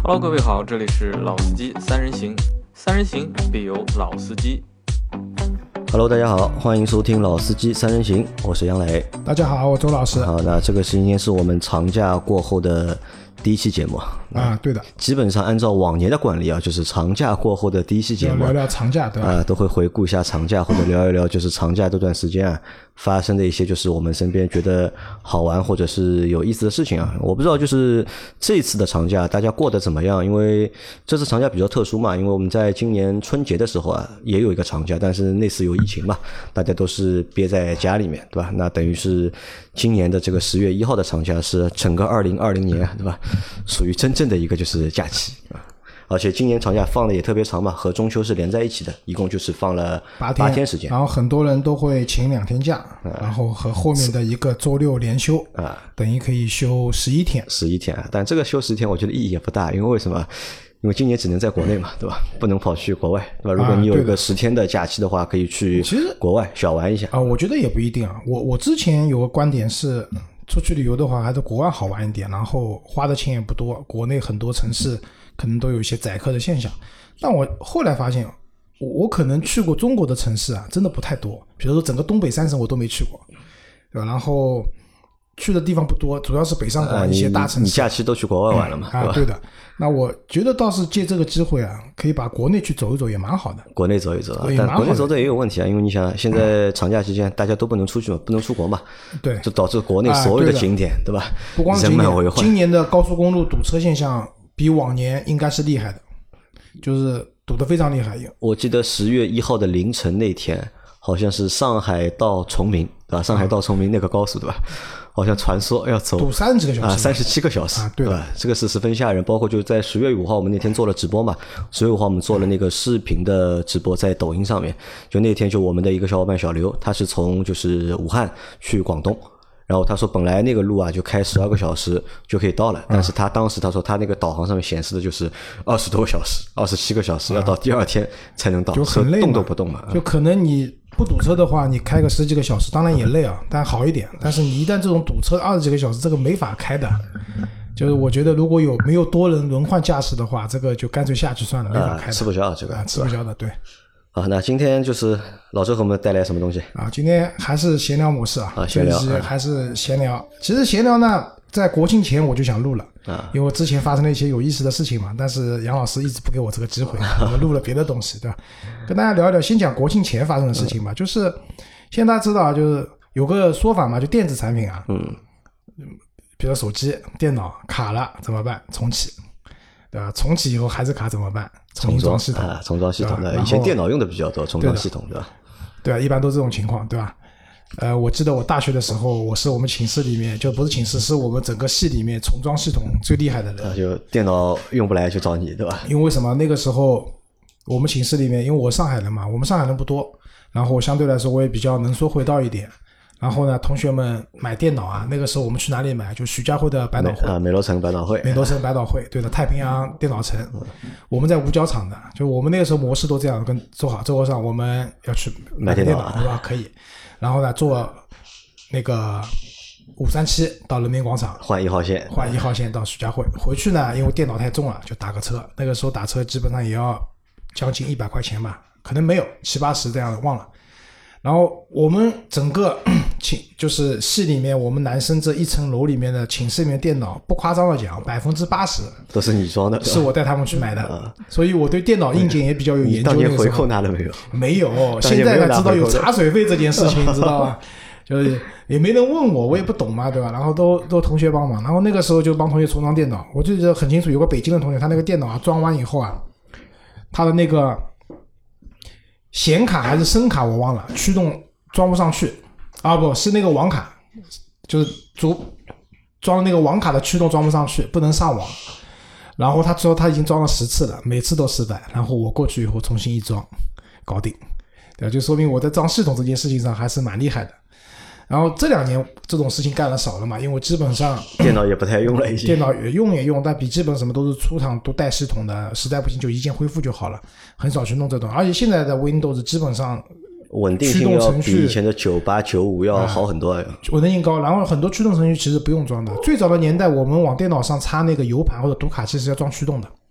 Hello， 各位好，这里是老司机三人行，三人行必有老司机。 Hello， 大家好，欢迎收听老司机三人行，我是杨磊。 大家好，我周老师。 好，那这个今天是我们长假过后的第一期节目啊，对的。 基本上按照往年的惯例啊，就是长假过后的第一期节目， 聊聊长假，对吧？ 都会回顾一下长假，或者聊一聊就是长假这段时间啊发生的一些就是我们身边觉得好玩或者是有意思的事情啊。我不知道就是这一次的长假大家过得怎么样，因为这次长假比较特殊嘛，因为我们在今年春节的时候啊也有一个长假，但是那次有疫情嘛，大家都是憋在家里面，对吧？那等于是今年的这个10月1号的长假是整个2020年，对吧？属于真正的一个就是假期啊。而且今年长假放的也特别长嘛，和中秋是连在一起的，一共就是放了8天时间。 然后很多人都会请2天假，然后和后面的一个周六连休等于可以休11天。 11天啊，但这个休11天我觉得意义也不大，因为为什么？因为今年只能在国内嘛，对吧？不能跑去国外，对吧？如果你有一个10天的假期的话，可以去国外小玩一下啊。我觉得也不一定啊。我之前有个观点是，出去旅游的话，还是国外好玩一点，然后花的钱也不多。国内很多城市可能都有一些宰客的现象，但我后来发现，我可能去过中国的城市啊，真的不太多。比如说整个东北3省我都没去过，对吧？然后去的地方不多，主要是北上广一些大城市。 你假期都去国外玩了嘛？ 对的。那我觉得倒是借这个机会啊，可以把国内去走一走，也蛮好的。 国内走一走啊，但国内走走也有问题啊，因为你想现在长假期间大家都不能出去嘛，不能出国嘛， 对， 就导致国内所有的景点，对吧？ 不光景点，今年的高速公路堵车现象比往年应该是厉害的，就是堵得非常厉害。 我记得10月1号的凌晨那天，好像是上海到崇明，对吧？上海到崇明那个高速，对吧？好像传说要走堵30几个小时 37个小时啊，对吧？这个是十分吓人。包括就在10月5号，我们那天做了直播嘛，10月5号我们做了那个视频的直播，在抖音上面。就那天就我们的一个小伙伴小刘，他是从就是武汉去广东。然后他说本来那个路啊就开12个小时就可以到了，但是他当时他说他那个导航上面显示的就是20多个小时，27个小时，要到第2天才能到， 就很累嘛， 动都不动嘛。 就可能你不堵车的话，你开个10几个小时当然也累啊，但好一点。但是你一旦这种堵车20几个小时，这个没法开的。就是我觉得如果没有多人轮换驾驶的话，这个就干脆下去算了，没法开的。 吃不消这个吃不消的，对。 好，那今天就是老周和我们带来什么东西啊？今天还是闲聊模式啊， 闲聊还是闲聊。其实闲聊呢，在国庆前我就想录了啊，因为之前发生了一些有意思的事情嘛，但是杨老师一直不给我这个机会，我们录了别的东西，对吧？跟大家聊一聊，先讲国庆前发生的事情吧。就是现在大家知道，就是有个说法嘛，就电子产品啊，比如手机、电脑卡了怎么办？重启。对吧？重启以后还是卡怎么办？重新装系统重装系统的，以前电脑用的比较多，重装系统对吧？ 对啊，一般都这种情况，对吧？我记得我大学的时候，我是我们寝室里面，就不是寝室，是我们整个系里面重装系统最厉害的人。 就电脑用不来就找你，对吧？ 因为什么？那个时候我们寝室里面，因为我上海人嘛，我们上海人不多，然后相对来说我也比较能说会道一点。然后呢，同学们买电脑啊，那个时候我们去哪里买？就徐家汇的百脑汇美罗城百脑汇， 对的，太平洋电脑城。我们在五角场的，就我们那个时候模式都这样，跟做好周末上我们要去买电脑，对吧？可以。然后呢，坐那个537到人民广场换1号线到徐家汇。回去呢，因为电脑太重了，就打个车。那个时候打车基本上也要将近100块钱吧，可能没有70-80这样的，忘了。然后我们整个就是系里面，我们男生这一层楼里面的寝室里面电脑，不夸张的讲，80% 都是你装的， 是我带他们去买的。所以我对电脑硬件也比较有研究。 当年回扣拿了没有？ 没有，现在才知道有茶水费这件事情，你知道吧？就是也没人问我，我也不懂嘛，对吧？然后都同学帮忙，然后那个时候就帮同学重装电脑。我就记得很清楚，有个北京的同学，他那个电脑啊装完以后啊，他的那个显卡还是声卡我忘了，驱动装不上去啊，不是那个网卡，就是装那个网卡的驱动装不上去，不能上网。然后他说他已经装了10次了，每次都失败。然后我过去以后重新一装，搞定，对，就说明我在装系统这件事情上还是蛮厉害的。然后这2年这种事情干的少了嘛，因为基本上电脑也不太用了，已经电脑也用，但笔记本什么都是出厂都带系统的，实在不行就一键恢复就好了，很少去弄这种。而且现在的 Windows 基本上稳定性要比以前的98、95要好很多， 稳定性高。然后很多驱动程序其实不用装的。最早的年代，我们往电脑上插那个 U 盘或者读卡器是要装驱动的。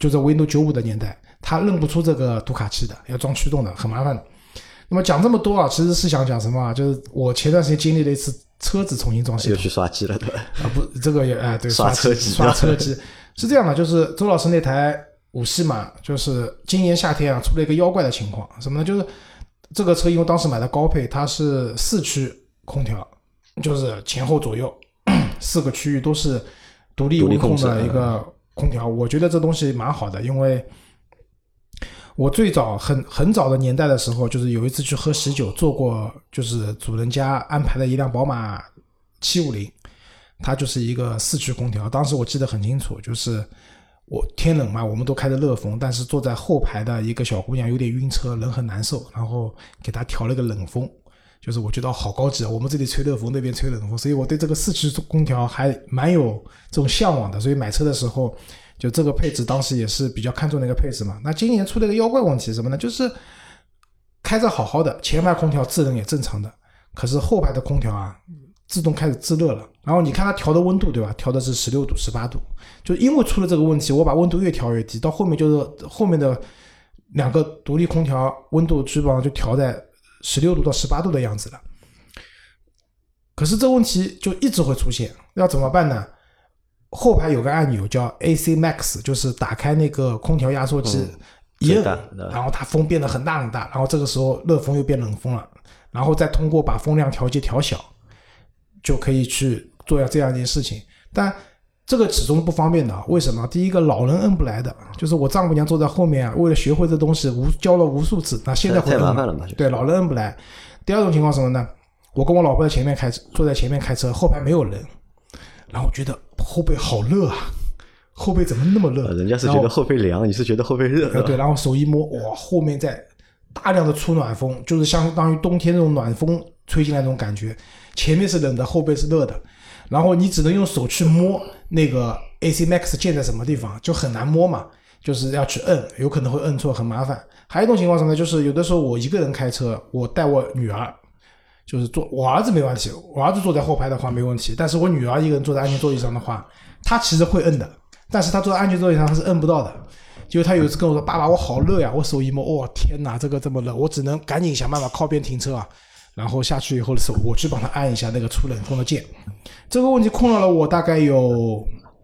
就在 Windows 95的年代，它认不出这个读卡器的，要装驱动的，很麻烦的。那么讲这么多啊，其实是想讲什么啊？就是我前段时间经历了一次车子重新装系统， 又去刷机了，对吧？ 啊，不，这个也对， 刷车机是这样的，就是周老师那台5系嘛，就是今年夏天啊出了一个妖怪的情况，什么呢？就是这个车因为当时买的高配，它是4驱空调，就是前后左右4个区域都是独立温控的一个空调。我觉得这东西蛮好的，因为我最早很早的年代的时候，就是有一次去喝喜酒，坐过就是主人家安排的一辆宝马750，它就是一个4驱空调。当时我记得很清楚，就是我天冷嘛，我们都开着热风，但是坐在后排的一个小姑娘有点晕车，人很难受，然后给她调了个冷风，就是我觉得好高级啊，我们这里吹热风，那边吹冷风，所以我对这个4驱空调还蛮有这种向往的。所以买车的时候，就这个配置当时也是比较看重那个配置嘛。那今年出了一个妖怪问题什么呢？就是开着好好的，前排空调制冷也正常的，可是后排的空调啊自动开始制热了。然后你看它调的温度对吧？调的是16度、18度，就因为出了这个问题，我把温度越调越低，到后面就是后面的2个独立空调温度基本上就调在16度到18度的样子了。可是这问题就一直会出现，要怎么办呢？后排有个按钮叫 AC Max， 就是打开那个空调压缩机，一摁，然后它风变得很大很大，然后这个时候热风又变冷风了，然后再通过把风量调节调小，就可以去做这样一件事情。但这个始终不方便的，为什么？第一个，老人摁不来的，就是我丈母娘坐在后面啊，为了学会这东西教了无数次，那现在会太麻烦了嘛？ 对，老人摁不来。第二种情况是什么呢？我跟我老婆在前面坐在前面开车，后排没有人，然后觉得后背好热啊，后背怎么那么热？ 人家是觉得后背凉，你是觉得后背热。 对，然后手一摸，哇，后面在大量的出暖风，就是相当于冬天那种暖风吹进来那种感觉，前面是冷的，后背是热的，然后你只能用手去摸那个 AC Max 键在什么地方，就很难摸嘛，就是要去摁，有可能会摁错，很麻烦。还有一种情况什么呢？就是有的时候我一个人开车，我带我女儿，就是我儿子没问题，我儿子坐在后排的话没问题，但是我女儿一个人坐在安全座椅上的话，她其实会摁的，但是她坐在安全座椅上她是摁不到的。就她有一次跟我说：“爸爸，我好热呀！”我手一摸，哦天哪，这个这么热，我只能赶紧想办法靠边停车啊，然后下去以后的时候，我去帮她按一下那个出冷风的键。这个问题困扰了我大概有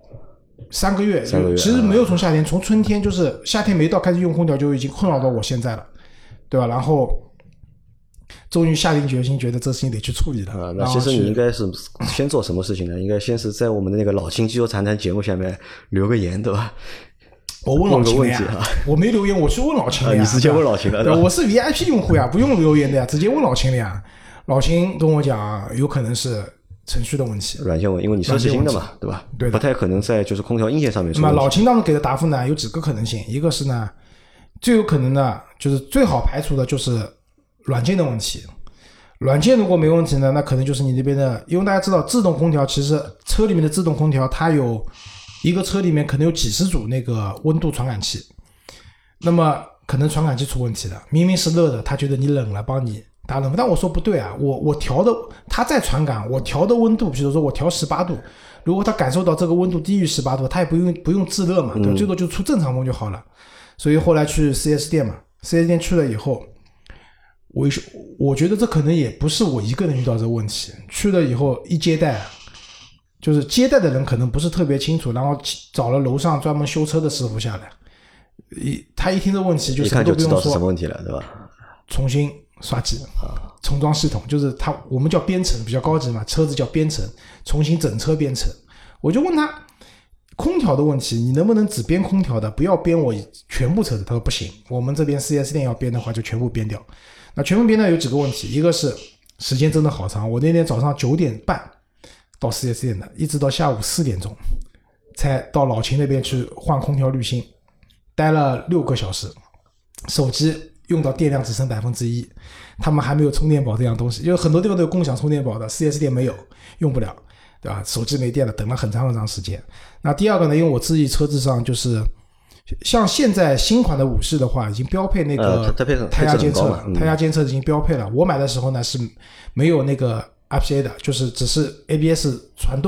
3个月，其实没有从夏天，从春天就是夏天没到开始用空调就已经困扰到我现在了，对吧？然后终于下定决心，觉得这事情得去处理了。 那其实你应该是先做什么事情呢？应该先是在我们的那个老秦基友谈谈节目下面留个言，对吧？ 我问老秦了呀，我没留言，我去问老秦了呀。 你直接问老秦了， 对，我是 VIP 用户呀，不用留言的呀，直接问老秦了呀。老秦跟我讲，有可能是程序的问题， 软件问题，因为你车是新的嘛，对吧？ 对的， 不太可能在就是空调硬件上面出问题。 那么老秦当时给的答复呢，有几个可能性，一个是呢，最有可能的就是最好排除的就是软件的问题。软件如果没问题呢，那可能就是你这边的，因为大家知道自动空调，其实车里面的自动空调它有一个车里面可能有几十组那个温度传感器，那么可能传感器出问题了，明明是热的，他觉得你冷了，帮你打冷风。但我说不对啊，我调的，他在传感，我调的温度，比如说我调18度，如果他感受到这个温度低于18度，他也不用制热嘛，对，最多就出正常风就好了。所以后来去 4S 店嘛 ，4S 店去了以后，我觉得这可能也不是我一个人遇到这个问题。去了以后一接待，就是接待的人可能不是特别清楚，然后找了楼上专门修车的师傅下来，他一听这问题就什么都不用说， 一看就知道是什么问题了，对吧？ 重新刷机，重装系统，就是我们叫编程，比较高级嘛，车子叫编程，重新整车编程。我就问他，空调的问题，你能不能只编空调的，不要编我全部车子？他说不行，我们这边 4S 店要编的话就全部编掉。那全部编掉有几个问题，一个是时间真的好长，我那天早上9点半到 4S 店的，一直到下午4点钟才到老秦那边去换空调滤芯，待了6个小时，手机用到电量只剩1%，他们还没有充电宝这样东西，因为很多地方都有共享充电宝的， 4S 店没有，用不了，对吧？手机没电了，等了很长很长时间。那第二个呢，因为我自己车子上就是像现在新款的5系的话，已经标配那个胎压监测了，胎压监测已经标配了。我买的时候呢是没有那个 RPA 的，就是只是 ABS 传动，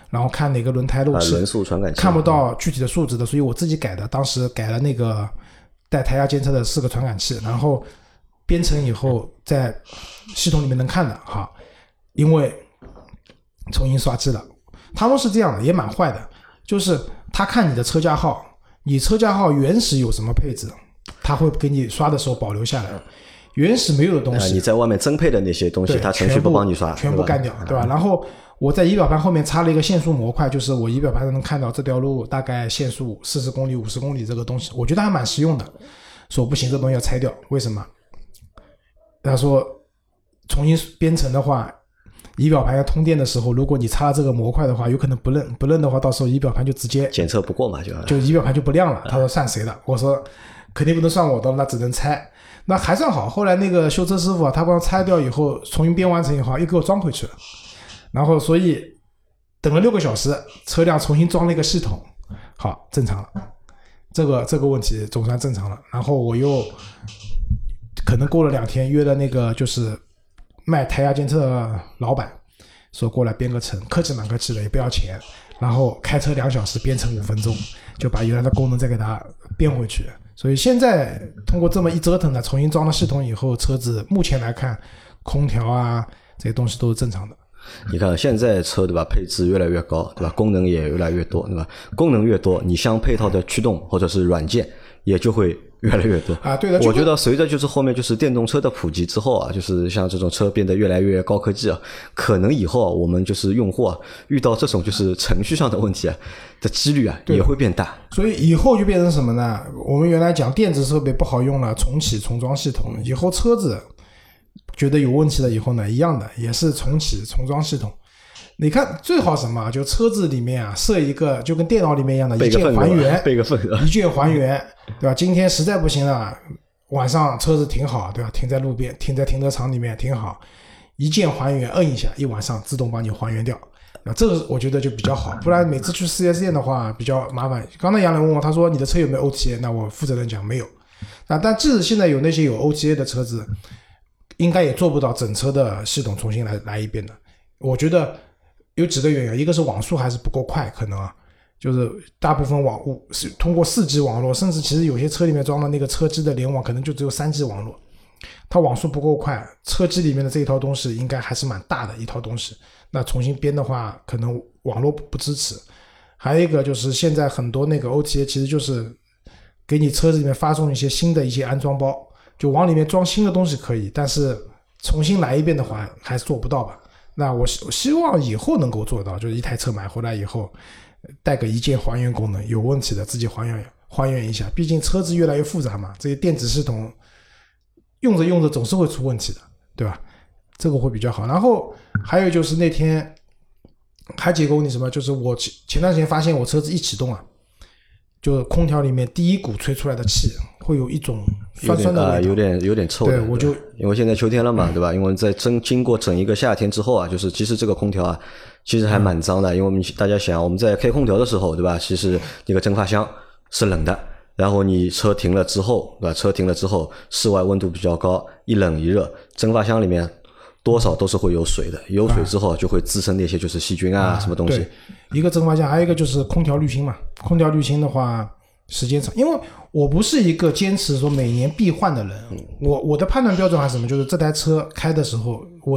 然后看哪个轮胎漏气， 轮速传感器看不到具体的数值的，所以我自己改的，当时改了那个带胎压监测的4个传感器，然后编程以后在系统里面能看的哈，因为重新刷机了。他们是这样的，也蛮坏的，就是他看你的车架号，你车架号原始有什么配置，他会给你刷的时候保留下来。原始没有的东西， 你在外面增配的那些东西，它程序不帮你刷， 全部干掉，对吧？然后我在仪表盘后面插了一个限速模块，就是我仪表盘上能看到这条路大概限速40公里、50公里这个东西，我觉得还蛮实用的。说不行，这东西要拆掉，为什么？他说重新编程的话，仪表盘要通电的时候，如果你插了这个模块的话，有可能不认的话，到时候仪表盘就直接检测不过嘛，就仪表盘就不亮了。他说算谁的？我说肯定不能算我的，那只能拆。那还算好，后来那个修车师傅啊，他帮我拆掉以后，重新编完成以后，又给我装回去了。然后所以等了6个小时，车辆重新装了一个系统，好，正常了。这个问题总算正常了。然后我又可能过了2天，约了那个就是卖胎压监测的老板，说过来编个程，客气蛮客气的，也不要钱。然后开车2小时，编程5分钟，就把原来的功能再给它编回去。所以现在通过这么一折腾呢，重新装了系统以后，车子目前来看，空调啊这些东西都是正常的。 你看现在车对吧，配置越来越高对吧，功能也越来越多对吧，功能越多，你相配套的驱动或者是软件也就会越来越多啊。对的， 我觉得随着就是后面就是电动车的普及之后啊，就是像这种车变得越来越高科技啊，可能以后啊我们就是用户啊遇到这种就是程序上的问题啊的几率啊也会变大。 所以以后就变成什么呢？我们原来讲电子设备不好用了，重启重装系统，以后车子觉得有问题了以后呢，一样的也是重启重装系统。你看最好什么？就车子里面啊设一个就跟电脑里面一样的一键还原， 备个份一键还原，对吧？今天实在不行了，晚上车子停好，对吧？停在路边，停在停车场里面停好，一键还原，摁一下，一晚上自动帮你还原掉。这个我觉得就比较好，不然每次去 4S 店的话比较麻烦。刚才杨磊问我，他说你的车有没有 OTA？ 那我负责任讲没有。但即使现在有那些有 OTA 的车子，应该也做不到整车的系统重新来一遍的。我觉得有几个原因，一个是网速还是不够快，可能啊，就是大部分通过4G 网络，甚至其实有些车里面装的那个车机的联网可能就只有3G 网络，它网速不够快，车机里面的这一套东西应该还是蛮大的一套东西，那重新编的话可能网络不支持。还有一个就是现在很多那个 OTA 其实就是给你车子里面发送一些新的一些安装包，就往里面装新的东西可以，但是重新来一遍的话还是做不到吧。那我希望以后能够做到，就是一台车买回来以后带个一键还原功能，有问题的自己还原一下，毕竟车子越来越复杂嘛，这些电子系统用着用着总是会出问题的，对吧？这个会比较好。然后还有就是那天还几公里什么，就是我前段时间发现我车子一启动啊，就空调里面第一股吹出来的气会有一种酸酸的味道， 有点臭的。 对，我就因为现在秋天了嘛，对吧？因为在经过整一个夏天之后啊，就是其实这个空调啊，其实还蛮脏的。因为我们大家想，我们在开空调的时候，对吧？其实那个蒸发箱是冷的，然后你车停了之后，对吧？车停了之后，室外温度比较高，一冷一热，蒸发箱里面多少都是会有水的，有水之后就会滋生那些就是细菌啊什么东西。 对，一个蒸发箱，还有一个就是空调滤芯嘛。空调滤芯的话，时间长，因为我不是一个坚持说每年必换的人，我的判断标准还是什么？就是这台车开的时候，我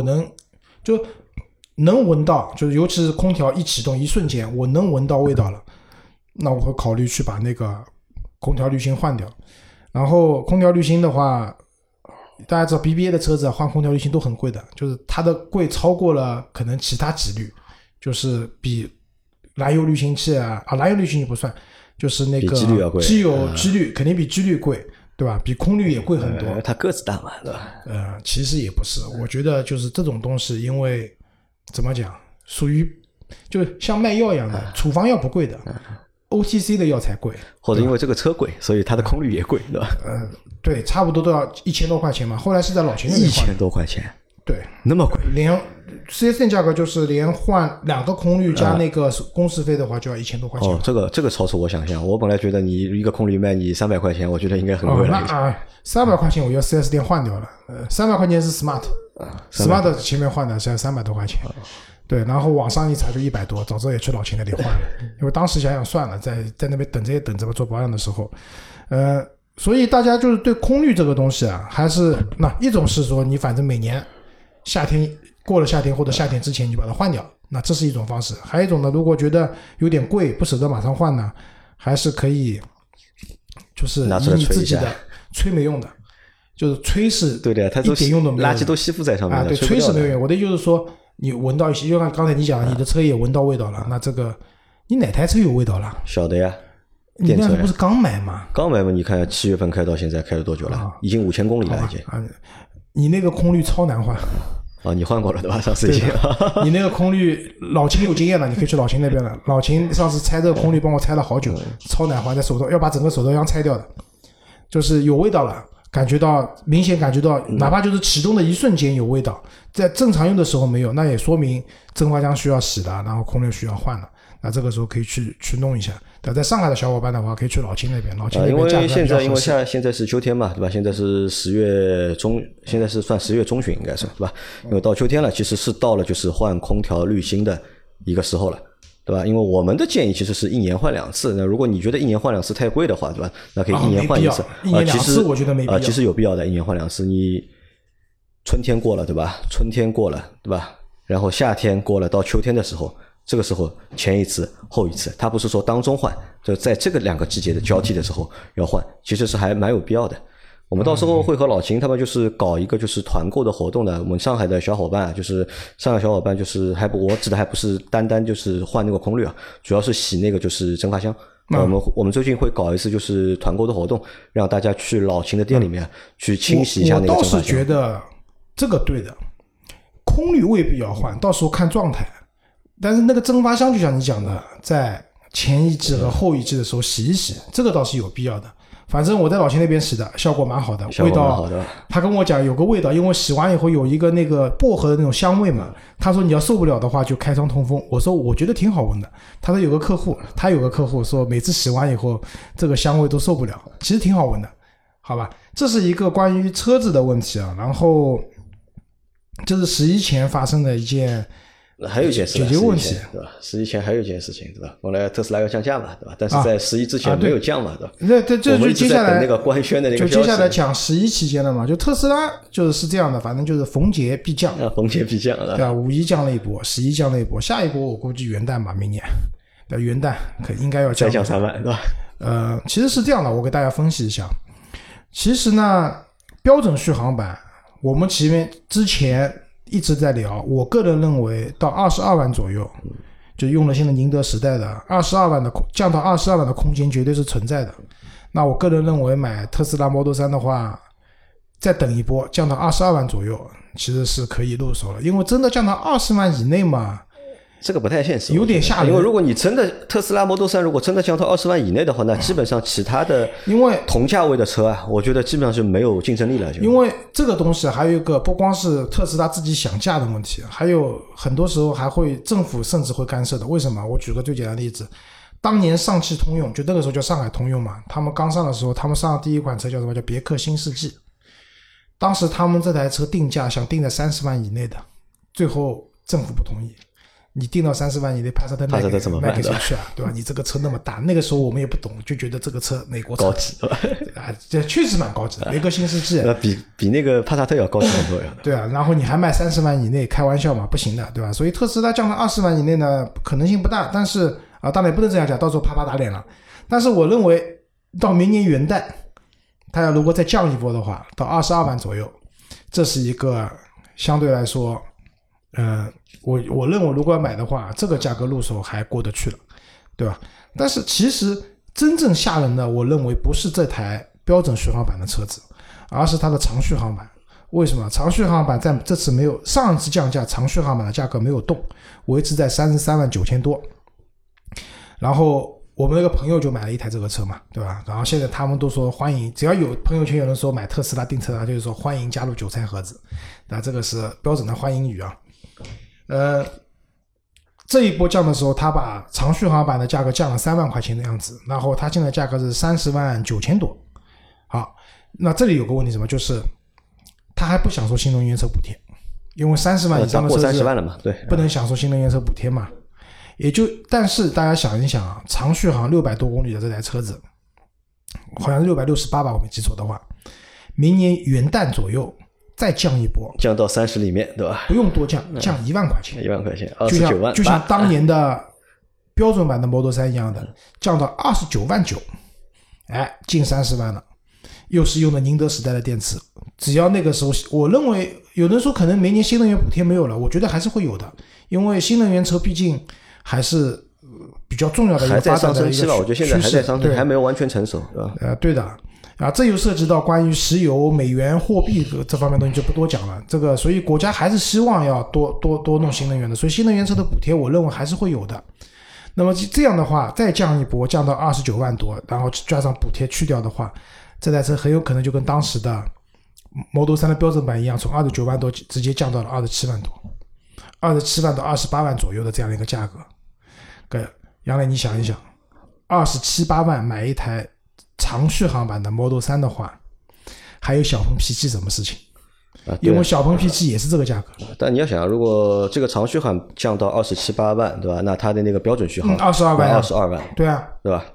能闻到，就是尤其是空调一启动一瞬间，我能闻到味道了，那我会考虑去把那个空调滤芯换掉。然后空调滤芯的话，大家知道 BBA 的车子换空调滤芯都很贵的，就是它的贵超过了可能其他几率，就是比燃油滤芯器燃油滤芯器不算，就是那个机油机滤肯定比机滤贵，对吧？比空滤也贵很多。 它个子大嘛，对吧？ 其实也不是，我觉得就是这种东西，因为怎么讲，属于就像卖药一样的，处方药不贵的。OTC 的药才贵， 或者因为这个车贵，所以它的空滤也贵，对吧？ 对，差不多都要1000多块钱嘛。后来是在老秦那边换，1000 多块钱， 对， 那么贵， 4S 店价格就是连换2个空滤加那个工时费的话就要1000多块钱。 哦，这个超出我想象。我本来觉得你一个空滤卖你300块钱，我觉得应该很贵了。 300块钱我要 4S 店换掉了。300块钱是 Smart 前面换的是要300多块钱。对，然后网上一查就100多，早知道也去老秦那里换了。因为当时想想算了，在那边等着做保养的时候，所以大家就是对空滤这个东西啊，还是那一种是说你反正每年夏天过了夏天或者夏天之前你就把它换掉，那这是一种方式。还有一种呢，如果觉得有点贵不舍得马上换呢，还是可以就是以你自己的吹没用的，就是吹是对的，它一点用都没有， 垃圾都吸附在上面的。 对，吹是没有用。我的意思就是说，你闻到一些，就像刚才你讲，你的车也闻到味道了，那这个你哪台车有味道了？ 晓得呀。 你那不是刚买吗？ 刚买嘛，你看7月份开到现在开了多久了？已经5000公里了，已经。 你那个空滤超难换。 你换过了对吧？上次已经。 你那个空滤，老秦有经验了，你可以去老秦那边了。老秦上次拆这个空滤帮我拆了好久，超难换，在手动要把整个手动箱拆掉的，就是有味道了，明显感觉到，哪怕就是启动的一瞬间有味道，在正常用的时候没有，那也说明蒸发箱需要洗的，然后空滤需要换了。那这个时候可以去弄一下。对，在上海的小伙伴的话，可以去老秦那边。老秦那边价格比较合适。 因为现在是秋天嘛，对吧？现在是10月中，现在是算10月中旬应该是，对吧？因为到秋天了，其实是到了就是换空调滤芯的一个时候了，对吧？因为我们的建议其实是1年换2次。那如果你觉得1年换2次太贵的话，对吧？那可以1年换1次。 1年2次我觉得没必要。 其实有必要的，1年换2次。你春天过了，对吧？春天过了，对吧？然后夏天过了，到秋天的时候。这个时候前一次后一次，它不是说当中换，就在这个2个季节的交替的时候要换，其实是还蛮有必要的。我们到时候会和老秦他们就是搞一个就是团购的活动的。我们上海的小伙伴就是我指的还不是单就是换那个空滤啊，主要是洗那个就是蒸发箱。我们最近会搞一次就是团购的活动，让大家去老秦的店里面去清洗一下那个蒸发箱。 我倒是觉得这个对的，空滤未必要换，到时候看状态。但是那个蒸发箱就像你讲的，在前一季和后一季的时候洗一洗，这个倒是有必要的。反正我在老秦那边洗的，效果蛮好的，味道他跟我讲有个味道，因为洗完以后有一个那个薄荷的那种香味嘛。他说你要受不了的话就开窗通风。我说我觉得挺好闻的。他有个客户说每次洗完以后这个香味都受不了，其实挺好闻的，好吧？这是一个关于车子的问题啊。然后这是11前发生的一件。 还有一件事解决问题， 对吧？11前还有一件事情，对吧？本来特斯拉要降价嘛，对吧？但是在11之前没有降嘛，对吧？ 这就接下来那个官宣的那个消息， 就接下来讲11期间了嘛。就特斯拉就是这样的，反正就是逢节必降， 逢节必降， 对吧？5·1降了一波，11降了一波，下一波我估计元旦吧，明年的元旦应该要再降3万，对吧？ 其实是这样的，我给大家分析一下。其实呢，标准续航版我们之前一直在聊，我个人认为到22万左右，就用了现在宁德时代的22万的降到22万的空间绝对是存在的。那我个人认为买特斯拉 Model 3的话，再等一波降到22万左右，其实是可以入手了。因为真的降到20万以内嘛， 这个不太现实， 有点吓人。 因为如果你真的特斯拉 Model 3如果真的降到20万以内的话，那基本上其他的因为同价位的车啊，我觉得基本上是没有竞争力了。 因为这个东西还有一个不光是特斯拉自己想价的问题，还有很多时候还会政府甚至会干涉的。为什么？我举个最简单的例子，当年上汽通用，就那个时候叫上海通用嘛，他们刚上的时候，他们上的第一款车叫什么？叫别克新世纪。当时他们这台车定价想定在30万以内的，最后政府不同意。你定到30万以内，帕萨特卖给谁去啊？对吧？你这个车那么大，那个时候我们也不懂，就觉得这个车美国车高级啊，这确实蛮高级的。别克新世纪比那个帕萨特要高级很多呀。 对啊，然后你还卖30万以内，开玩笑嘛，不行的，对吧？所以特斯拉降到20万以内呢，可能性不大。但是当然也不能这样讲，到时候啪啪打脸了。但是我认为到明年元旦，它要如果再降一波的话，到22万左右，这是一个相对来说，我认为如果要买的话，这个价格入手还过得去了，对吧？但是其实真正吓人的，我认为不是这台标准续航版的车子，而是它的长续航版。为什么？长续航版在这次没有，上一次降价长续航版的价格没有动，维持在33万9千多。然后我们那个朋友就买了一台这个车嘛，对吧？然后现在他们都说欢迎，只要有朋友圈有人说买特斯拉订特斯拉，就是说欢迎加入韭菜盒子，那这个是标准的欢迎语啊。 这一波降的时候，它把长续航版的价格降了3万块钱的样子，然后它现在价格是30万9千多。好，那这里有个问题什么，就是它还不享受新能源车补贴，因为30万以上的车子 30万了嘛，对， 不能享受新能源车补贴嘛。但是大家想一想啊，长续航600多公里的这台车子，好像是668吧，我没记错的话，明年元旦左右再降一波， 降到30里面，对吧？ 不用多降，降1万块钱 ，1万块钱，29万， 就像当年的标准版的 Model 3一样的，降到29万9，近30万了。又是用的宁德时代的电池，只要那个时候，我认为有人说可能明年新能源补贴没有了，我觉得还是会有的，因为新能源车毕竟还是比较重要的一个发展的一个趋势， 我觉得现在还在上升期，还没有完全成熟，对吧？ 对的。这又涉及到关于石油、美元、货币这方面东西就不多讲了。这个，所以国家还是希望要多弄新能源的，所以新能源车的补贴，我认为还是会有的。那么这样的话，再降一波，降到29万多，然后加上补贴去掉的话，这台车很有可能就跟当时的 Model 3的标准版一样，从29万多直接降到了27万多，27万到28万左右的这样的一个价格。杨磊，你想一想，27、8万买一台长续航版的 Model 3的话，还有小鹏 P7 什么事情？因为小鹏 P7 也是这个价格。 但你要想，如果这个长续航降到27、8万，对吧？那它的那个标准续航 22万 ，22万， 对啊， 对吧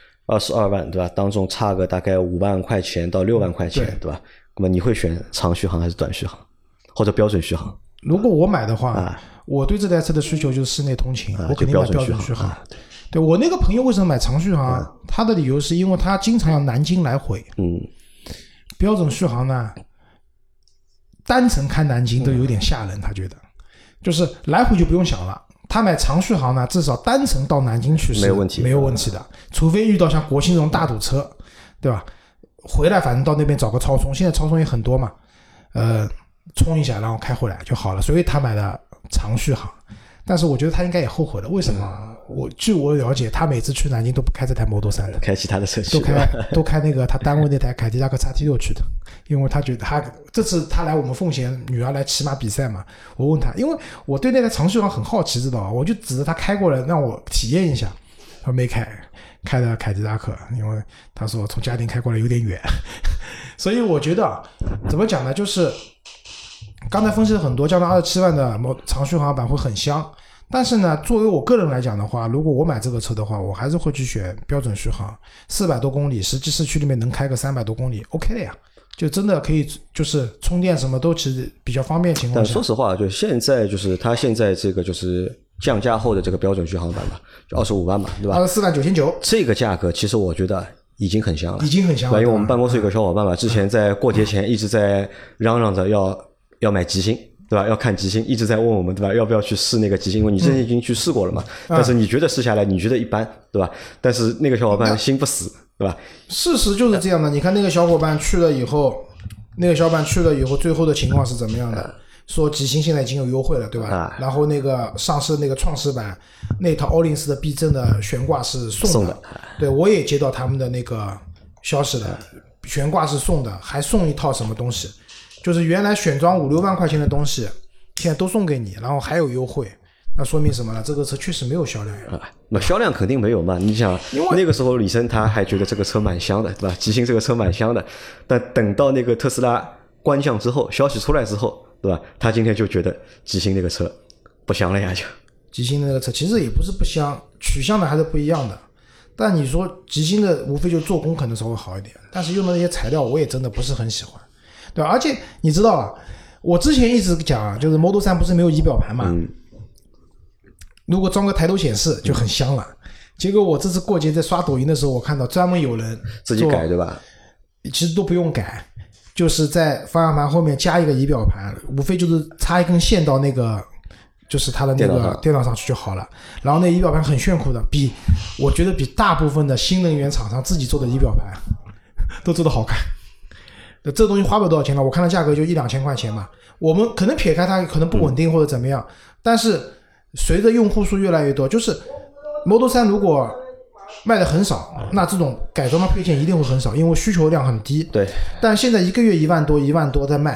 ？22万，对吧？当中差个大概5万块钱到6万块钱，对吧？那么你会选长续航还是短续航，或者标准续航？ 如果我买的话，我对这台车的需求就是室内通勤，我肯定买标准续航。对，我那个朋友为什么买长续航？他的理由是因为他经常要南京来回。标准续航呢，单程开南京都有点吓人，他觉得，就是来回就不用想了。他买长续航呢，至少单程到南京去是没有问题的，除非遇到像国庆这种大堵车，对吧？回来反正到那边找个超充，现在超充也很多嘛，充一下然后开回来就好了，所以他买的长续航。但是我觉得他应该也后悔了，为什么？据我了解，他每次去南京都不开这台 Model 3的， 开其他的车去， 都开那个他单位那台凯迪拉克 XT6 去的，因为他觉得这次他来我们奉贤，女儿来骑马比赛嘛，我问他，因为我对那台长续航很好奇，知道吧？我就指着他开过来让我体验一下，他没开的凯迪拉克，因为他说从嘉定开过来有点远，所以我觉得怎么讲呢？就是刚才分析了很多，降到27万的长续航版会很香。但是呢，作为我个人来讲的话，如果我买这个车的话，我还是会去选标准续航，400多公里，实际市区里面能开个300多公里 OK 的呀，就真的可以，就是充电什么都其实比较方便情况下。 但说实话，就现在就是它现在这个就是降价后的这个标准续航版吧，就25万嘛，对吧 ？24万9千9， 这个价格其实我觉得已经很香了， 已经很香了。 因为我们办公室有个小伙伴嘛，之前在过节前一直在嚷嚷着要买极星。对吧？要看极星，一直在问我们，对吧？要不要去试那个极星？因为你之前已经去试过了嘛。但是你觉得试下来，你觉得一般，对吧？但是那个小伙伴心不死，对吧？ 事实就是这样的。你看那个小伙伴去了以后，最后的情况是怎么样的？说极星现在已经有优惠了，对吧？然后那个上市那个创世版那套奥林斯的避震的悬挂是送的。对，我也接到他们的那个消息了，悬挂是送的，还送一套什么东西？就是原来选装5、6万块钱的东西，现在都送给你，然后还有优惠，那说明什么呢？这个车确实没有销量呀。 那销量肯定没有嘛？你想，那个时候李生他还觉得这个车蛮香的，对吧？极星这个车蛮香的，但等到那个特斯拉官降之后，消息出来之后，对吧？他今天就觉得极星那个车不香了呀，就。 极星那个车其实也不是不香，取向的还是不一样的。但你说极星的无非就做工可能稍微好一点，但是用的那些材料我也真的不是很喜欢。对，而且你知道啊，我之前一直讲，就是 Model 3不是没有仪表盘嘛，如果装个抬头显示就很香了。结果我这次过节在刷抖音的时候，我看到专门有人自己改，对吧？ 其实都不用改，就是在方向盘后面加一个仪表盘，无非就是插一根线到那个就是它的那个电脑上去就好了。然后那仪表盘很炫酷的，我觉得比大部分的新能源厂商自己做的仪表盘都做得好看。这东西花不了多少钱了，我看它价格就1、2千块钱嘛。我们可能撇开它可能不稳定或者怎么样，但是随着用户数越来越多，就是 Model 3如果卖的很少，那这种改装的配件一定会很少，因为需求量很低。 对。 但现在一个月1万多在卖，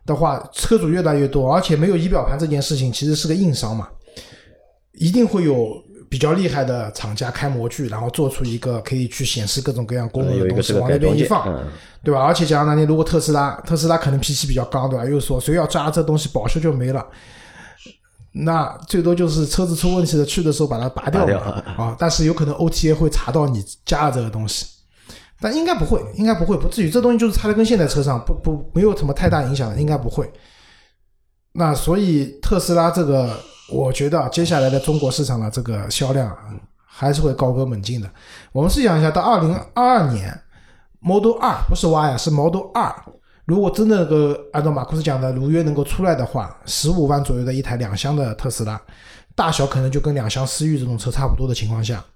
的话，车主越来越多，而且没有仪表盘这件事情其实是个硬伤嘛，一定会有比较厉害的厂家开模具，然后做出一个可以去显示各种各样功能的东西往那边一放，对吧？而且讲那天如果特斯拉可能脾气比较刚，对吧？又说谁要加这东西保修就没了，那最多就是车子出问题了，去的时候把它拔掉啊，但是有可能 OTA 会查到你加了这个东西。但应该不会，不至于。这东西就是插在跟现在车上，没有什么太大影响的，应该不会。那所以特斯拉这个，我觉得接下来的中国市场的这个销量还是会高歌猛进的。我们试想一下，到2022年 Model 2不是 Y 啊，是 Model 2，如果真的按照马库斯讲的如约能够出来的话，15万左右的一台2厢的特斯拉，大小可能就跟2厢思域这种车差不多的情况下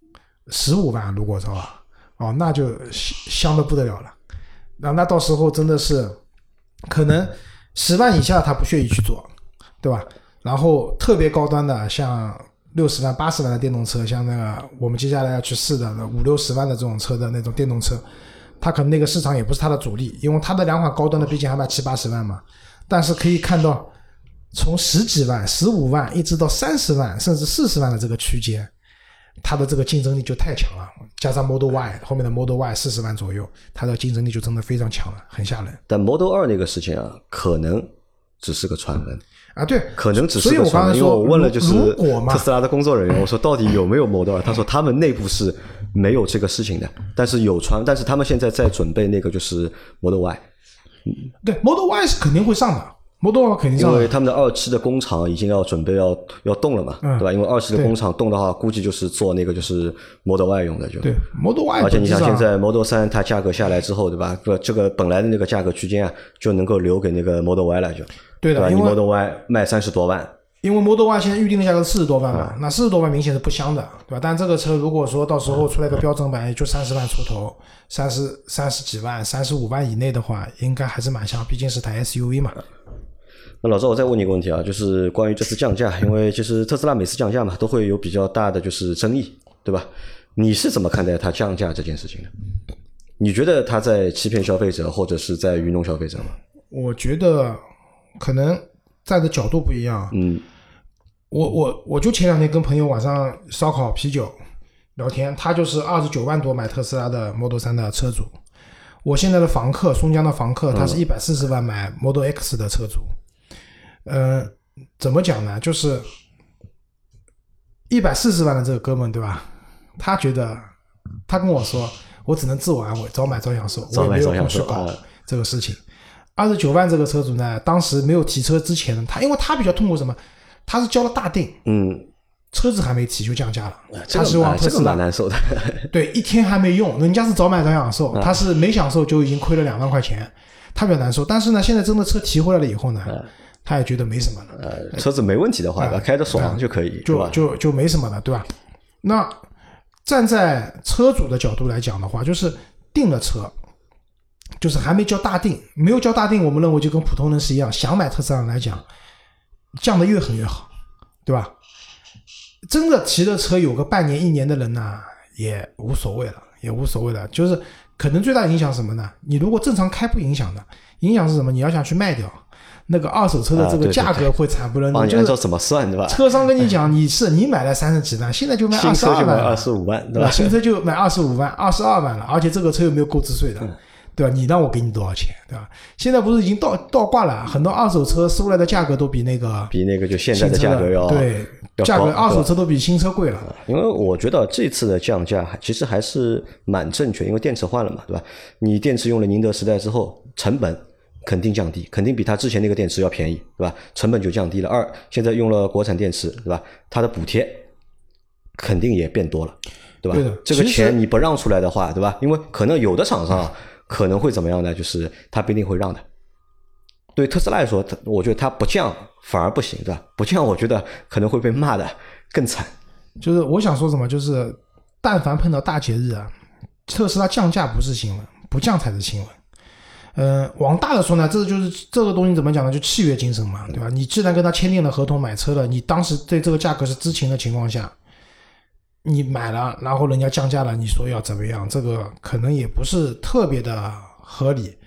，15万如果说那就香的不得了了。那到时候真的是可能10万以下他不屑于去做，对吧？然后特别高端的像60万80万的电动车，像那个我们接下来要去试的5、60万的这种车的那种电动车，它可能那个市场也不是它的主力，因为它的2款高端的毕竟还卖7、80万嘛。但是可以看到从10几万、15万一直到30万甚至40万的这个区间，它的这个竞争力就太强了，加上 Model Y 后面的 Model Y 40万左右，它的竞争力就真的非常强了，很吓人。 但 Model 2那个事情啊，可能只是个传闻啊，对， 可能只是个传闻。因为我问了就是特斯拉的工作人员，我说到底有没有 Model 2？他说他们内部是没有这个事情的，但是有传，但是他们现在在准备那个就是 Model Y。 对 ，Model Y 是肯定会上的。Model Y 肯定上， 因为他们的27的工厂已经要准备要动了嘛，对吧？因为27的工厂动的话，估计就是做那个就是 Model Y 用的，就对 Model Y。 而且你想现在 Model 3它价格下来之后，对吧？这个本来的那个价格区间啊，就能够留给那个 Model Y 了，就对的。 因为 Model Y 卖30多万， 因为 Model Y 现在预定的价格40多万嘛，那40多万明显是不香的，对吧？但这个车如果说到时候出来个标准版，也就30万出头，30几万、35万以内的话，应该还是蛮香，毕竟是台 SUV 嘛。 那老赵，我再问你一个问题啊，就是关于这次降价，因为其实特斯拉每次降价嘛，都会有比较大的就是争议，对吧？你是怎么看待它降价这件事情的？你觉得它在欺骗消费者，或者是在愚弄消费者吗？ 我觉得可能站的角度不一样。我就前2天跟朋友晚上烧烤啤酒聊天，他就是29万多买特斯拉的 Model 3的车主。我现在的房客，松江的房客，他是140万买 Model X 的车主。怎么讲呢？就是140万的这个哥们，对吧？他觉得，他跟我说，我只能自我安慰，早买早享受，我也没有空去搞这个事情。29万这个车主呢，当时没有提车之前，因为他比较痛苦什么？他是交了大定，车子还没提就降价了，他希望特斯拉， 这个蛮难受的。 对，一天还没用，人家是早买早享受，他是没享受就已经亏了2万块钱，他比较难受。但是呢，现在真的车提回来了以后呢，他也觉得没什么了。 车子没问题的话，开得爽就可以， 就没什么了，对吧？那站在车主的角度来讲的话，就是订了车，就是还没交大定，没有交大定，我们认为就跟普通人是一样，想买特斯拉来讲，降得越狠越好，对吧？真的骑的车有个半年1年的人呢，也无所谓了，就是可能最大影响什么呢？你如果正常开不影响的，影响是什么？你要想去卖掉，那个二手车的这个价格会惨不忍睹。 你按照怎么算，对吧？ 车商跟你讲，你买了30几万，现在就卖22万， 新车就卖25万，对吧？ 新车就卖25万、22万了，而且这个车又没有购置税的。对吧？你让我给你多少钱，对吧？现在不是已经倒挂了，很多二手车收来的价格都比那个就现在的价格要价格，二手车都比新车贵了。 因为我觉得这次的降价其实还是蛮正确，因为电池换了嘛，对吧？你电池用了宁德时代之后，成本肯定降低，肯定比它之前那个电池要便宜，对吧？成本就降低了。现在用了国产电池，对吧？它的补贴肯定也变多了，对吧？ 对的， 这个钱你不让出来的话，对吧？因为可能有的厂商可能会怎么样呢？就是他不一定会让的。对特斯拉来说，我觉得它不降反而不行，对吧？不降，我觉得可能会被骂的更惨。 就是我想说什么，就是但凡碰到大节日啊，特斯拉降价不是新闻，不降才是新闻。往大的说呢，这个东西怎么讲呢？就契约精神嘛，对吧？你既然跟他签订了合同买车了，你当时对这个价格是知情的情况下，你买了，然后人家降价了，你说要怎么样？这个可能也不是特别的合理，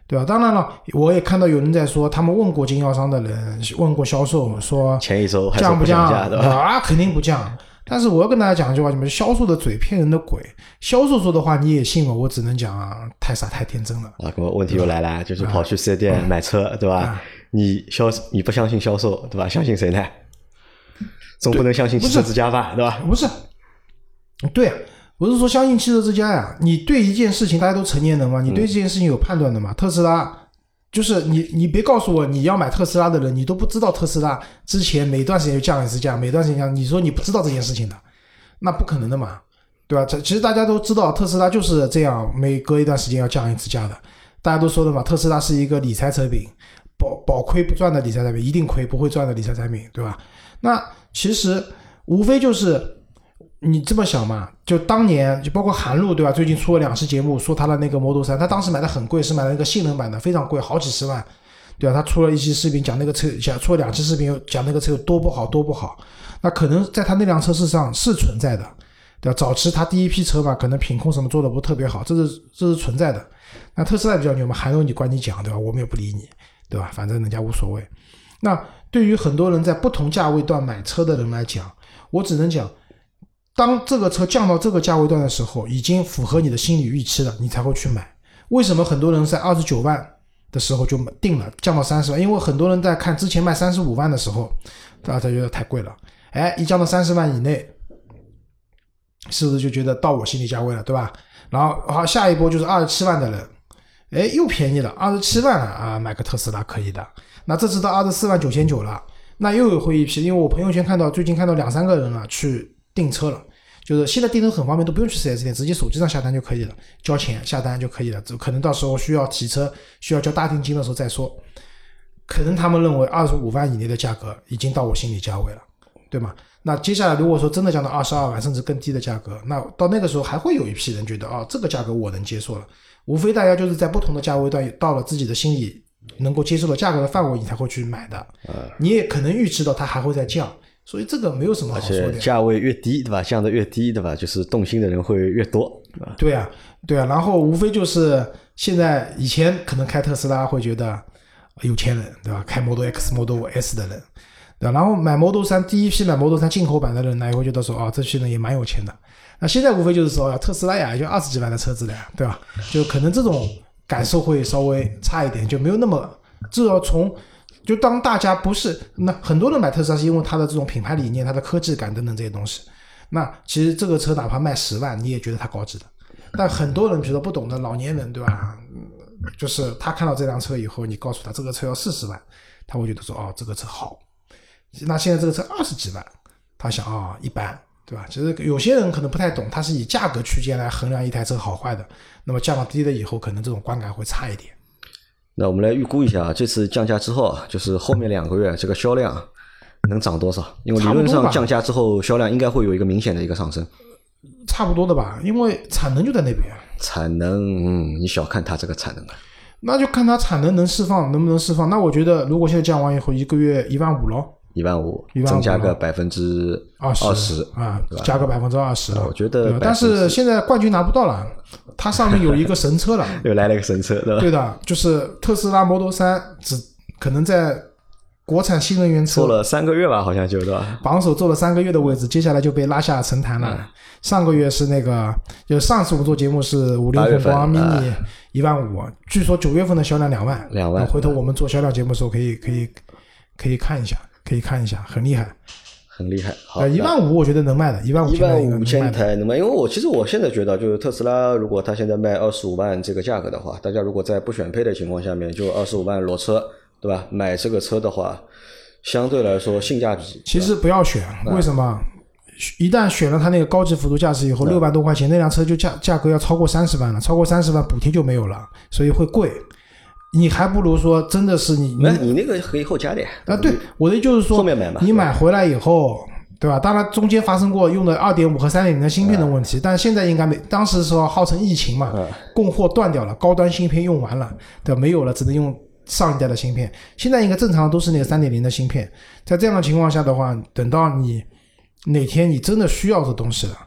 对吧？当然了，我也看到有人在说，他们问过经销商的人，问过销售，说前一周还是降不降价，对吧？ 啊，肯定不降。但是我要跟大家讲一句话，什么销售的嘴骗人的鬼，销售说的话你也信了，我只能讲啊，太傻太天真了。 啊，那么问题又来了，就是跑去4S店买车，对吧？你不相信销售，对吧？相信谁呢？总不能相信汽车之家吧，对吧？ 不是，对啊，我是说相信汽车之家呀。你对一件事情大家都成年人嘛，你对这件事情有判断的嘛。特斯拉就是你别告诉我你要买特斯拉的人，你都不知道特斯拉之前每段时间就降一次价，每段时间降，你说你不知道这件事情的，那不可能的嘛，对吧？其实大家都知道特斯拉就是这样，每隔一段时间要降一次价的。大家都说的嘛，特斯拉是一个理财产品，保亏不赚的理财产品，一定亏不会赚的理财产品，对吧？那其实无非就是你这么想嘛，就当年就包括韩露，对吧？最近出了2期节目，说他的那个 Model 3，他当时买的很贵，是买了那个性能版的，非常贵，好几十万，对吧？他出了1期视频讲那个车，出了2期视频讲那个车有多不好多不好。那可能在他那辆车市上是存在的，对吧？早期他第一批车吧，可能品控什么做的不特别好，这是存在的。那特斯拉比较牛嘛，韩露你管你讲，对吧？我们也不理你，对吧？反正人家无所谓。那对于很多人在不同价位段买车的人来讲，我只能讲，当这个车降到这个价位段的时候，已经符合你的心理预期了，你才会去买。为什么很多人在29万的时候就定了，降到30万？因为很多人在看之前卖35万的时候，大家觉得太贵了，一降到30万以内，是不是就觉得到我心理价位了，对吧？然后好，下一波就是27万的人，又便宜了，27万了啊，买个特斯拉可以的。那这次到24万9900了，那又会一批，因为我朋友圈最近看到2-3个人了去订车了，就是现在订车很方便，都不用去 4S 店，直接手机上下单就可以了，交钱下单就可以了。可能到时候需要提车，需要交大定金的时候再说。可能他们认为25万以内的价格已经到我心理价位了，对吗？那接下来如果说真的降到22万甚至更低的价格，那到那个时候还会有一批人觉得这个价格我能接受了。无非大家就是在不同的价位段到了自己的心理能够接受的价格的范围，你才会去买的。你也可能预知到它还会再降，所以这个没有什么好说的。 而且价位越低，对吧？降得越低，对吧？就是动心的人会越多，对吧？ 对啊，对啊。然后无非就是现在以前可能开特斯拉会觉得有钱人，对吧？开 Model X、Model S 的人，对吧？然后买 Model 3第一批买 Model 3进口版的人呢，也会觉得说这些人也蛮有钱的。那现在无非就是说特斯拉呀，也就20几万的车子了呀，对吧？就可能这种感受会稍微差一点，就没有那么至少就当大家不是那很多人买特斯拉是因为它的这种品牌理念、它的科技感等等这些东西。那其实这个车哪怕卖10万，你也觉得它高值的。但很多人比如说不懂的老年人，对吧？就是他看到这辆车以后，你告诉他这个车要40万，他会觉得说这个车好。那现在这个车20几万，他想一般。对吧？其实有些人可能不太懂，他是以价格区间来衡量一台车好坏的。那么降到低了以后，可能这种观感会差一点。 那我们来预估一下，这次降价之后，就是后面2个月这个销量能涨多少？因为理论上降价之后，销量应该会有一个明显的一个上升。 差不多的吧，因为产能就在那边。 产能，你小看它这个产能了。 那就看它产能能不能释放。那我觉得，如果现在降完以后，1个月15000咯。 15000，增加个20% 啊，加个20%， 我觉得。 但是现在冠军拿不到了，它上面有一个神车了， 又来了一个神车，对吧？ 对的，就是特斯拉 Model 3，可能在国产新能源车做了3个月吧，好像就对吧？ 榜首做了3个月的位置，接下来就被拉下神坛了。上个月是就上次我们做节目是50宏光 mini 15000，据说9月份的销量2万，回头我们做销量节目的时候可以看一下。很厉害。好，15000我觉得能卖的，15000 台能卖。因为我现在觉得，就是特斯拉如果它现在卖25万这个价格的话，大家如果在不选配的情况下面，就25万裸车，对吧？买这个车的话，相对来说性价比。 其实不要选，为什么？一旦选了它那个高级辅助驾驶以后，6万多块钱那辆车就价格要超过30万了，超过30万补贴就没有了，所以会贵。你还不如说真的是你那个可以后加点对，我的意思就是说， 后面买嘛， 你买回来以后，对吧？当然中间发生过用的2.5和3.0的芯片的问题，但现在应该当时说号称疫情嘛，供货断掉了，高端芯片用完了，对吧？没有了，只能用上一代的芯片。现在应该正常都是那个3.0的芯片。在这样的情况下的话，等到你哪天你真的需要这东西了，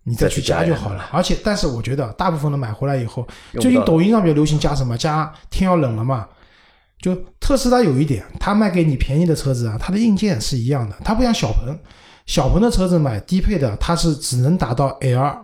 你再去加就好了。而且，但是我觉得大部分人买回来以后，最近抖音上比较流行加什么？加天要冷了嘛。就特斯拉有一点，它卖给你便宜的车子啊，它的硬件是一样的，它不像小鹏的车子买低配的，它是只能达到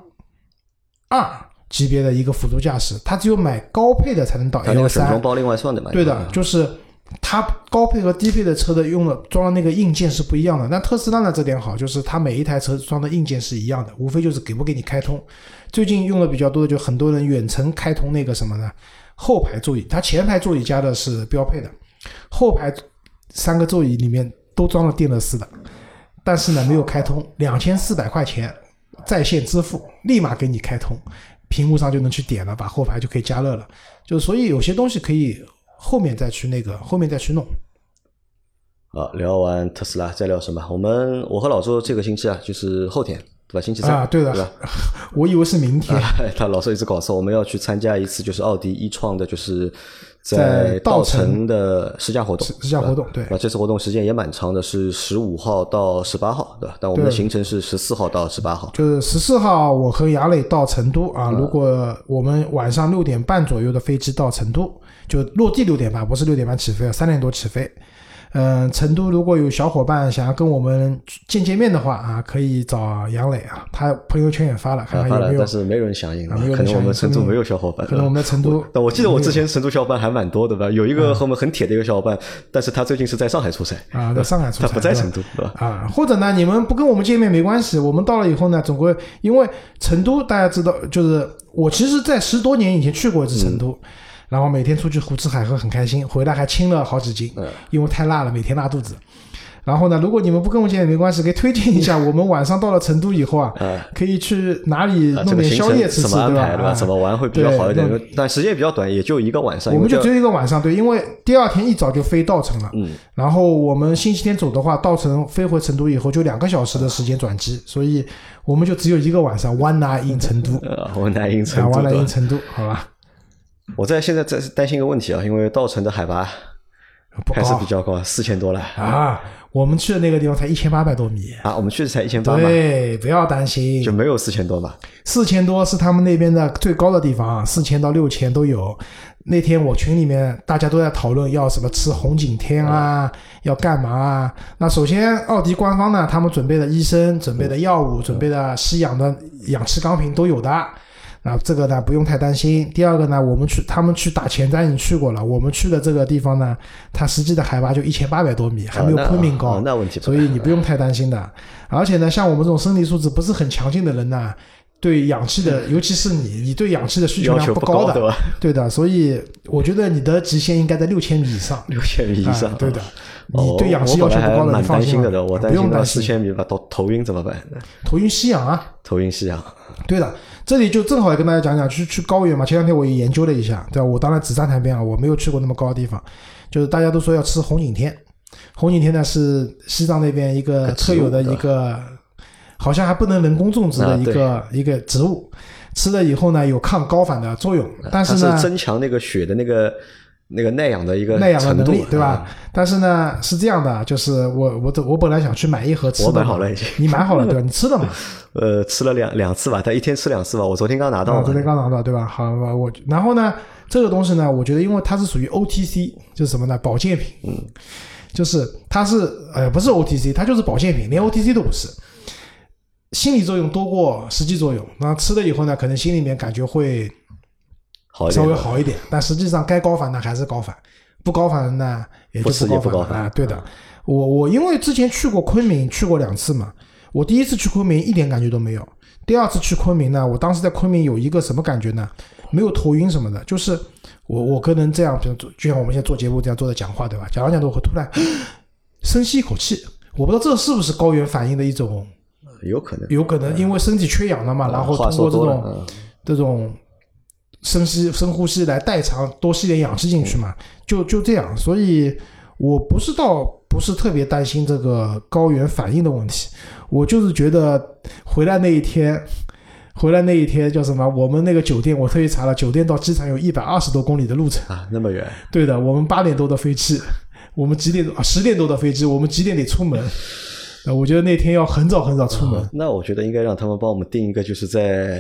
L2 级别的一个辅助驾驶，它只有买高配的才能到 L3。它那个整装包另外算的嘛？ 对的，就是它高配和低配的车的装的那个硬件是不一样的。但特斯拉呢，这点好，就是它每一台车装的硬件是一样的，无非就是给不给你开通。最近用的比较多的，就很多人远程开通那个什么呢？后排座椅，它前排座椅加的是标配的，后排3个座椅里面都装了电乐4的，但是呢没有开通，2400块钱在线支付，立马给你开通，屏幕上就能去点了，把后排就可以加热了。就所以有些东西可以后面再去弄。 好，聊完特斯拉再聊什么？我和老周这个星期啊，就是后天对吧？星期3 啊，对的， 对吧？ 我以为是明天。 他老周一直搞错，我们要去参加一次就是奥迪一创的，就是在稻城的试驾活动。试驾活动，对。 这次活动时间也蛮长的，是15号到18号，对吧？但我们的行程是14号到18号。 就是14号，我和杨磊到成都啊。如果我们晚上6点半左右的飞机到成都，就落地6点半，不是6点半起飞，3点多起飞。成都如果有小伙伴想要跟我们见面的话啊，可以找杨磊啊，他朋友圈也发了，看看有没有。 但是没人响应，可能我们成都没有小伙伴。 可能我们成都， 但我记得我之前成都小伙伴还蛮多的吧？有一个和我们很铁的一个小伙伴，但是他最近是在上海出差啊，在上海出差， 他不在成都，对吧？ 啊，或者呢，你们不跟我们见面没关系，我们到了以后呢，总归因为成都大家知道，就是我其实在10多年以前去过一次成都。然后每天出去胡吃海喝很开心，回来还轻了好几斤，因为太辣了，每天拉肚子。然后呢，如果你们不跟我见也没关系，可以推荐一下我们晚上到了成都以后啊，可以去哪里弄点宵夜吃吃， 对吧？ 对吧？怎么玩会比较好一点？但时间也比较短，也就一个晚上。 我们就只有一个晚上，对，因为第二天一早就飞稻城了。然后我们星期天走的话，稻城飞回成都以后就2个小时的时间转机，所以我们就只有一个晚上 ，One night in 成都。 One night in 成都。 One night in 成都，好吧。 我现在在担心一个问题啊，因为稻城的海拔还是比较高，4000多了啊。我们去的那个地方才1800多米啊，我们去的才1800吗？ 对，不要担心， 就没有4000多吧 ？4000多是他们那边的最高的地方，4000到6000都有。那天我群里面大家都在讨论要什么吃红景天啊，要干嘛啊？那首先奥迪官方呢，他们准备的医生、准备的药物、准备的吸氧的氧气钢瓶都有的。那这个呢不用太担心。第二个呢，他们去打前瞻已经去过了，我们去的这个地方呢，它实际的海拔就1800多米，还没有昆明高， 那问题不大， 所以你不用太担心的。而且呢，像我们这种生理素质不是很强劲的人呢，对氧气的，尤其是你对氧气的需求量不高的，对的，所以我觉得你的极限应该在6000米以上。 6000米以上， 对的。你对氧气要求不高的，你放心的，我担心到4000米吧，头晕怎么办？ 头晕吸氧啊， 头晕吸氧。对的。这里就正好也跟大家讲讲，去高原嘛。前2天我也研究了一下，对吧？我当然只站台边啊，我没有去过那么高的地方。就是大家都说要吃红景天，红景天呢是西藏那边一个特有的一个，好像还不能人工种植的一个植物。吃了以后呢，有抗高反的作用，但是呢， 它是增强那个血的那个耐氧的一个耐氧的能力，对吧？但是呢，是这样的，就是我本来想去买一盒吃的， 我买好了已经， 你买好了对吧？你吃了吗？ 吃了两次吧，但一天吃2次吧。我昨天刚拿到， 昨天刚拿到，对吧？好吧，然后呢，这个东西呢，我觉得因为它是属于 OTC， 就是什么呢？保健品，就是它是不是 OTC， 它就是保健品，连 OTC 都不是。心理作用多过实际作用，那吃了以后呢，可能心里面感觉会稍微好一点，但实际上该高反的还是高反，不高反呢也就不高反啊。对的，我因为之前去过昆明，去过2次嘛。我第一次去昆明一点感觉都没有，第二次去昆明呢，我当时在昆明有一个什么感觉呢？没有头晕什么的，就是我个人这样，就像我们现在做节目这样坐着讲话，对吧？讲着我会突然深吸一口气，我不知道这是不是高原反应的一种，有可能因为身体缺氧了嘛，然后通过这种深呼吸来代偿，多吸点氧气进去嘛，就这样，所以我不是特别担心这个高原反应的问题，我就是觉得回来那一天叫什么？我们那个酒店，我特意查了，酒店到机场有120多公里的路程啊，那么远。 对的，我们8点多的飞机，我们几点？10点多的飞机，我们几点得出门？ 我觉得那天要很早很早出门。 那我觉得应该让他们帮我们订一个，就是在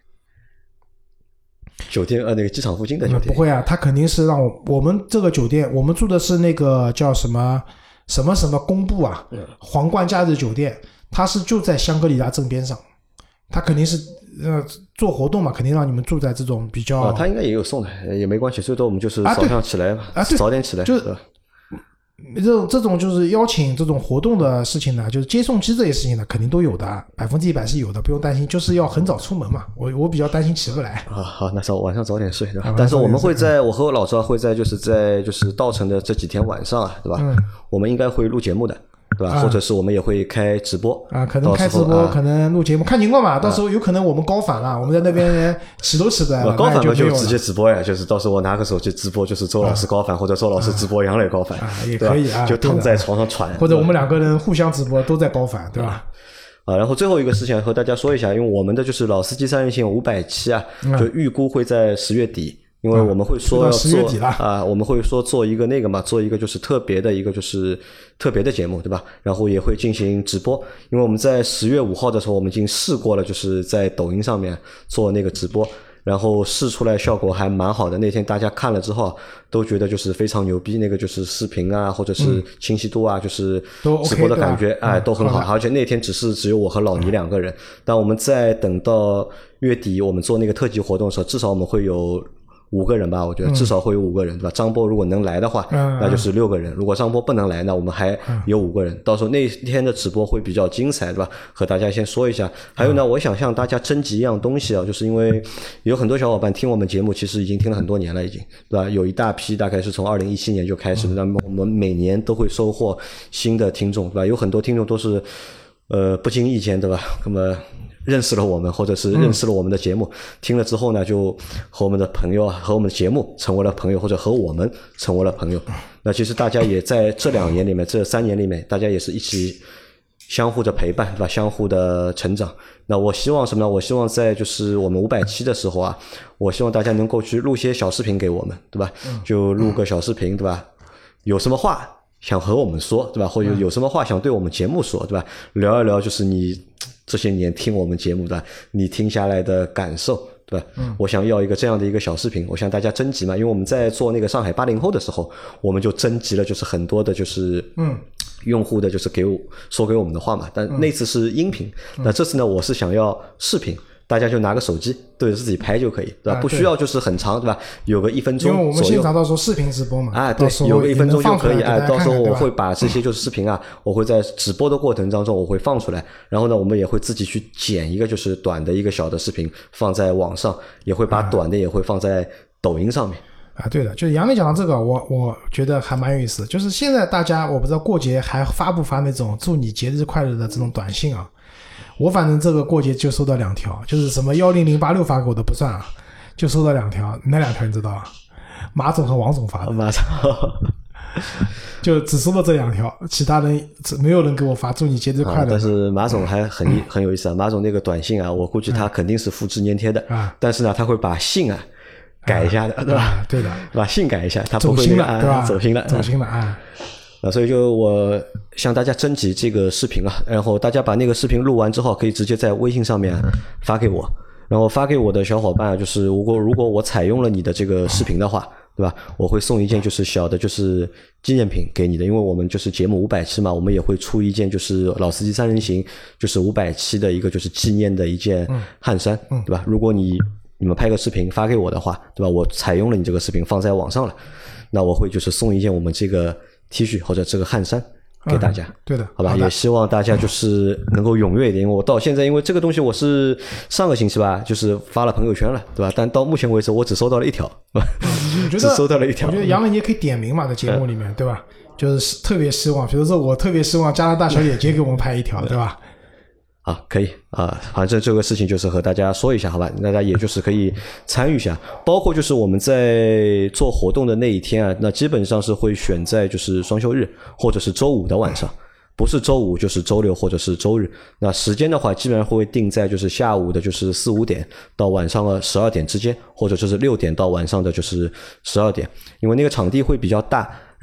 酒店那个机场附近的酒店。 不会啊，他肯定是让我们这个酒店，我们住的是那个叫什么公布啊，皇冠假日酒店，它是就在香格里拉镇边上，他肯定是做活动嘛，肯定让你们住在这种比较。 他应该也有送的，也没关系，最多我们就是早上起来早点起来， 就是这种就是邀请这种活动的事情呢，就是接送机这些事情呢，肯定都有的，100%是有的，不用担心。就是要很早出门嘛，我比较担心起不来。 好，那晚上早点睡，对吧？但是我们会在我和我老赵会在就是到城的这几天晚上对吧？我们应该会录节目的。对吧？或者是我们也会开直播可能开直播，可能录节目，看情况嘛。到时候有可能我们高反了，我们在那边起都起不来了。 高反嘛就直接直播呀，就是到时候我拿个手机直播，就是周老师高反或者周老师直播杨磊高反也可以就躺在床上喘， 或者我们2个人互相直播都在高反，对吧？ 然后最后一个事情和大家说一下，因为我们的就是老司机3人行500期就预估会在10月底。因为我们会说要做我们会说做一个那个嘛，做一个就是特别的一个就是特别的节目，对吧？然后也会进行直播，因为我们在10月5号的时候，我们已经试过了，就是在抖音上面做那个直播，然后试出来效果还蛮好的。那天大家看了之后都觉得就是非常牛逼，那个就是视频或者是清晰度就是直播的感觉都很好。而且那天只有我和老倪2个人，但我们在等到月底我们做那个特辑活动的时候，至少我们会有5个人吧，我觉得至少会有5个人，对吧？张波如果能来的话，那就是6个人。如果张波不能来，那我们还有5个人。到时候那天的直播会比较精彩，对吧？和大家先说一下。还有呢，我想向大家征集一样东西就是因为有很多小伙伴听我们节目，其实已经听了很多年了，已经，对吧？有一大批大概是从2017年就开始的，那么我们每年都会收获新的听众，对吧？有很多听众都是不经意间，对吧？那么认识了我们，或者是认识了我们的节目，听了之后呢，就和我们的朋友和我们的节目成为了朋友，或者和我们成为了朋友。那其实大家也在这2年里面，这3年里面，大家也是一起相互的陪伴，对吧？相互的成长。那我希望什么呢？我希望在就是我们500期的时候我希望大家能够去录些小视频给我们，对吧？就录个小视频，对吧？有什么话想和我们说，对吧？或者有什么话想对我们节目说，对吧？聊一聊就是你这些年听我们节目的你听下来的感受，对吧？我想要一个这样的一个小视频，我向大家征集嘛，因为我们在做那个上海80后的时候，我们就征集了就是很多的就是用户的就是说给我们的话嘛，但那次是音频，那这次呢我是想要视频。大家就拿个手机对着自己拍就可以，对吧？不需要就是很长，对吧？有个1分钟左右。因为我们现场到时候视频直播嘛， 对，有个1分钟就可以到时候我会把这些就是视频我会在直播的过程当中我会放出来，然后呢，我们也会自己去剪一个就是短的一个小的视频放在网上，也会把短的也会放在抖音上面。 对的，就是杨磊讲到这个，我觉得还蛮有意思的。就是现在大家我不知道过节还发不发那种祝你节日快乐的这种短信我反正这个过节就收到2条，就是什么10086发给我的不算就收到2条，哪2条你知道马总和王总发的， 马总就只收到这2条，其他人没有人给我发祝你节日快乐。 但是马总还很有意思马总那个短信我估计他肯定是复制粘贴的但是呢他会把信改一下的，对吧？ 对的， 把信改一下，他不会走心了，对吧？ 走心了所以就我向大家征集这个视频然后大家把那个视频录完之后，可以直接在微信上面发给我，然后发给我的小伙伴就是如果我采用了你的这个视频的话，对吧？我会送一件就是小的就是纪念品给你的，因为我们就是节目500期嘛，我们也会出一件就是老司机3人行就是500期的一个就是纪念的一件汗衫，对吧？如果你们拍个视频发给我的话，对吧？我采用了你这个视频放在网上了，那我会就是送一件我们这个 T 恤或者这个汗衫给大家， 对的， 好吧？也希望大家就是能够踊跃一点，因为我到现在，因为这个东西我是上个星期吧，就是发了朋友圈了，对吧？但到目前为止，我只收到了1条，只收到了1条。 我觉得杨磊你也可以点名嘛，在节目里面，对吧？就是特别希望，比如说我特别希望加拿大小姐姐给我们拍1条，对吧？ 可以反正这个事情就是和大家说一下，好吧？大家也就是可以参与一下，包括就是我们在做活动的那一天那基本上是会选在就是双休日或者是周5的晚上，不是周5就是周6或者是周日。那时间的话基本上会定在就是下午的就是4、5点到晚上的12点之间，或者就是6点到晚上的就是12点，因为那个场地会比较大。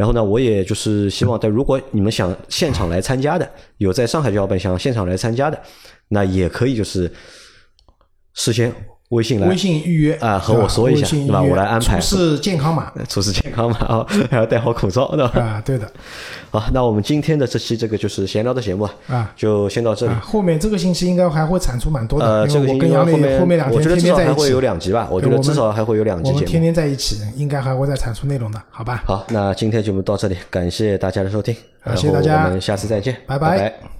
然后呢，我也就是希望如果你们想现场来参加的，有在上海脚本想现场来参加的，那也可以就是事先微信预约啊，和我说一下，对吧？我来安排。 出示健康码， 啊，还要戴好口罩，对吧？ 啊，对的。 好，那我们今天的这期这个就是闲聊的节目啊，就先到这里。 后面这个星期应该还会产出蛮多的。 这个星期我跟杨磊后面2天我觉得至少还会有 2 集吧。我觉得至少还会有2集节目。 我们天天在一起，应该还会再产出内容的，好吧？ 好，那今天节目到这里，感谢大家的收听， 谢谢大家， 我们下次再见， 拜拜。